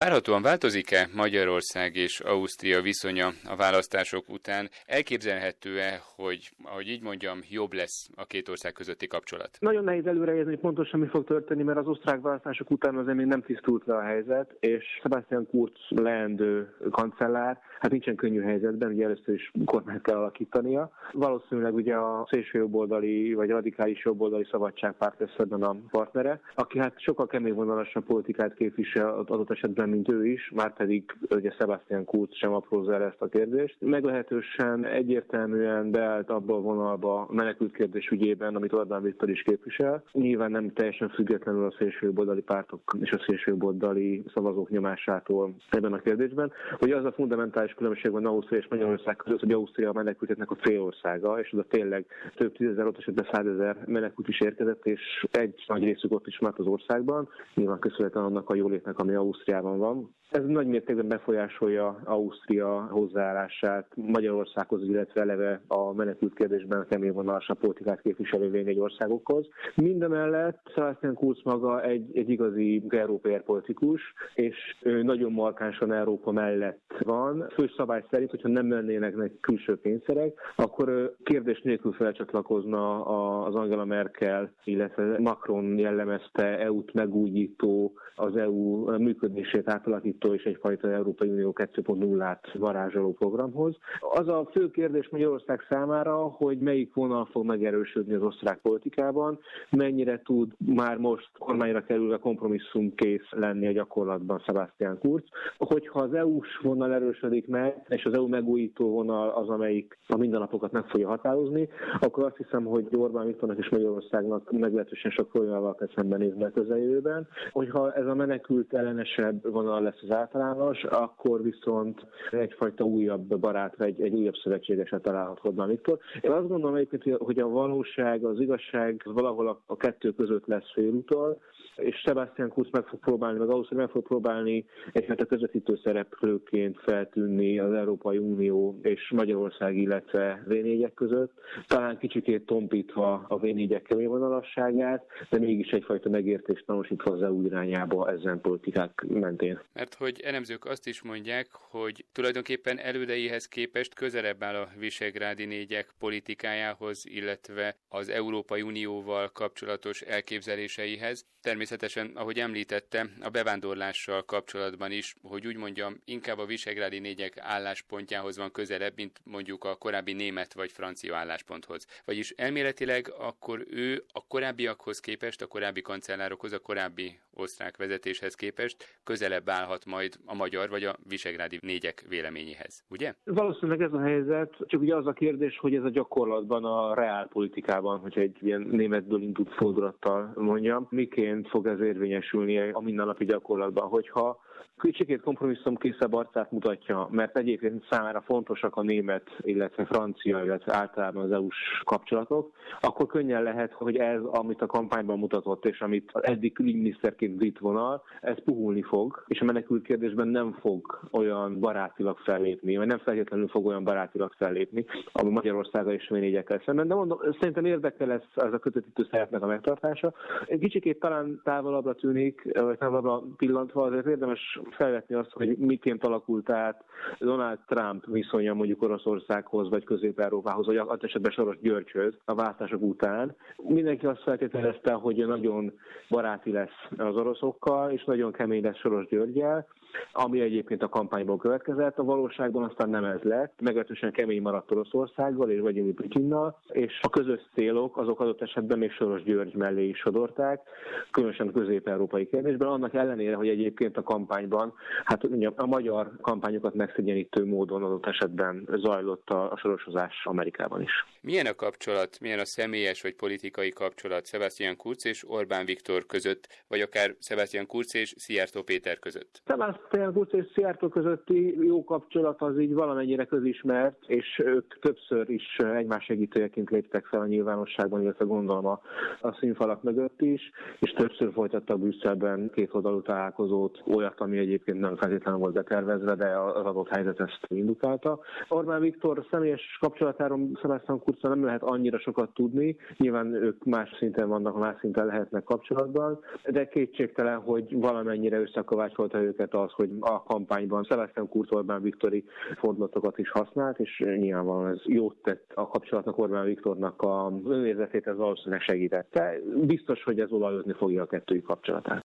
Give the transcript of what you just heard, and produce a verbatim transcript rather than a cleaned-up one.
Várhatóan változik-e Magyarország és Ausztria viszonya a választások után? Elképzelhető-e, hogy, ahogy így mondjam, jobb lesz a két ország közötti kapcsolat? Nagyon nehéz előrejelzni, pontosan mi fog történni, mert az osztrák választások után azért még nem tisztult le a helyzet, és Sebastian Kurz leendő kancellár, hát nincsen könnyű helyzetben, ugye először is kormányt kell alakítania. Valószínűleg ugye a szélső jobboldali vagy radikális jobboldali Szabadságpárt lesz ebben a partnere, aki hát sokkal keményvonalasabb politikát képvisel adott esetben, mint ő is, márpedig ugye Sebastian Kurz sem aprózza el ezt a kérdést. Meglehetősen egyértelműen beállt abba a vonalba a menekült kérdés ügyében, amit Orbán Viktor is képvisel. Nyilván nem teljesen függetlenül a szélsőjobboldali pártok és a szélsőjobboldali szavazók nyomásától ebben a kérdésben, hogy az a fundamentális különbség van Ausztria és Magyarország között, hogy Ausztria a menekülteknek a célországa, és oda tényleg több tízezer, ott esetben százezer menekült is érkezett, és egy nagy részük ott is maradt az országban, nyilván köszönhetően annak a jólétnek, ami Ausztriában van. Ez nagy mértékben befolyásolja Ausztria hozzáállását Magyarországhoz, illetve eleve a menekült kérdésben keményvonalasabb politikát képviselő vé négy országokhoz. Mindemellett Sebastian Kurz maga egy, egy igazi európai politikus, és ő nagyon markánsan Európa mellett van. Fő szabály szerint, hogyha nem lennének neki külső kényszerek, akkor kérdés nélkül felcsatlakozna az Angela Merkel, illetve Macron jellemezte é u-t megújító, az é u működését átalakító és egyfajta Európai Unió kettő pont nullát varázsoló programhoz. Az a fő kérdés Magyarország számára, hogy melyik vonal fog megerősödni az osztrák politikában, mennyire tud már most kormányra kerülve kompromisszumkész lenni a gyakorlatban Sebastian Kurz. Hogyha az é u-s vonal erősödik meg, és az é u megújító vonal az, amelyik a mindennapokat meg fogja határozni, akkor azt hiszem, hogy Orbán Viktornak és Magyarországnak meglehetősen sok problémával kell szembenézni a közeljövőben. Hogyha ez a menekült ellenesebb vonal lesz az általános, akkor viszont egyfajta újabb barát, egy, egy újabb szövetségeset találhat Orbán Viktor. Én azt gondolom egyébként, hogy a valóság, az igazság valahol a, a kettő között lesz félúton, és Sebastian Kurz meg fog próbálni, meg Ausztria meg fog próbálni egyfajta közvetítő szereplőként feltűnni az Európai Unió és Magyarország, illetve vé négyek között, talán kicsikét tompítva a vé négyek keményvonalasságát, de mégis egyfajta megértést tanúsítva az é u irányába ezen politikák mentén. Mert hogy elemzők azt is mondják, hogy tulajdonképpen elődeihez képest közelebb áll a visegrádi négyek politikájához, illetve az Európai Unióval kapcsolatos elképzeléseihez. Természetesen, ahogy említette, a bevándorlással kapcsolatban is, hogy úgy mondjam, inkább a visegrádi négyek álláspontjához van közelebb, mint mondjuk a korábbi német vagy francia állásponthoz. Vagyis elméletileg akkor ő a korábbiakhoz képest, a korábbi kancellárokhoz, a korábbi osztrák vezetéshez képest közelebb állhat majd a magyar vagy a visegrádi négyek véleményéhez, ugye? Valószínűleg ez a helyzet, csak ugye az a kérdés, hogy ez a gyakorlatban, a reálpolitikában, hogyha egy ilyen németből indult fordulattal mondjam, miként fog ez érvényesülni a mindennapi gyakorlatban, hogyha kicsikét kompromisszumkészebb arcát mutatja, mert egyébként számára fontosak a német, illetve francia, illetve általában az é u-s kapcsolatok, akkor könnyen lehet, hogy ez, amit a kampányban mutatott, és amit eddig külügyminiszterként brit vonal, ez puhulni fog, és a menekült kérdésben nem fog olyan barátilag fellépni, vagy nem feltétlenül fog olyan barátilag fellépni, ami Magyarországgal és vé négyekkel szemben. De mondom, szerintem érdekel lesz ez a közvetítő szerepnek a megtartása. Egy kicsikét talán távolabbra tűnik, vagy távolabbra pillantva, azért érdemes felvetni azt, hogy miként alakult át Donald Trump viszonya mondjuk Oroszországhoz, vagy Közép-Európához, vagy az esetben Soros Györgyhöz a választások után. Mindenki azt feltételezte, hogy nagyon baráti lesz az oroszokkal, és nagyon kemény lesz Soros Györggyel, ami egyébként a kampányból következett. A valóságban aztán nem ez lett. Meglehetősen kemény maradt Oroszországgal és Vladimir Putyinnal, és a közös célok azok adott esetben még Soros György mellé is sodorták, különösen a közép-európai kérdésben, annak ellenére, hogy egyébként a kampányban, hát a magyar kampányokat megszégyenítő módon adott esetben zajlott a, a sorosozás Amerikában is. Milyen a kapcsolat, milyen a személyes vagy politikai kapcsolat Sebastian Kurz és Orbán Viktor között, vagy akár Sebastian Kurz és Szijjártó Péter között? Sebastian Kurz és Szijjártó közötti jó kapcsolat az így valamennyire közismert, és ők többször is egymás segítőjeként léptek fel a nyilvánosságban, illetve gondolom a, a színfalak mögött is, és többször folytattak Brüsszelben kétoldalú találkozót, olyat, ami egyébként nem feltétlenül volt betervezve, de az adott helyzet ezt indukálta. Orbán Viktor személyes kapcsolatáról Sebastian Kurzzal nem lehet annyira sokat tudni, nyilván ők más szinten vannak, más szinten lehetnek kapcsolatban, de kétségtelen, hogy valamennyire összekovácsolta őket az, az, hogy a kampányban Sebastian Kurz Orbán Viktori fordulatokat is használt, és nyilvánvalóan ez jót tett a kapcsolatnak Orbán Viktornak a önérzetét, ez valószínűleg segítette. Biztos, hogy ez olajozni fogja a kettőjük kapcsolatát.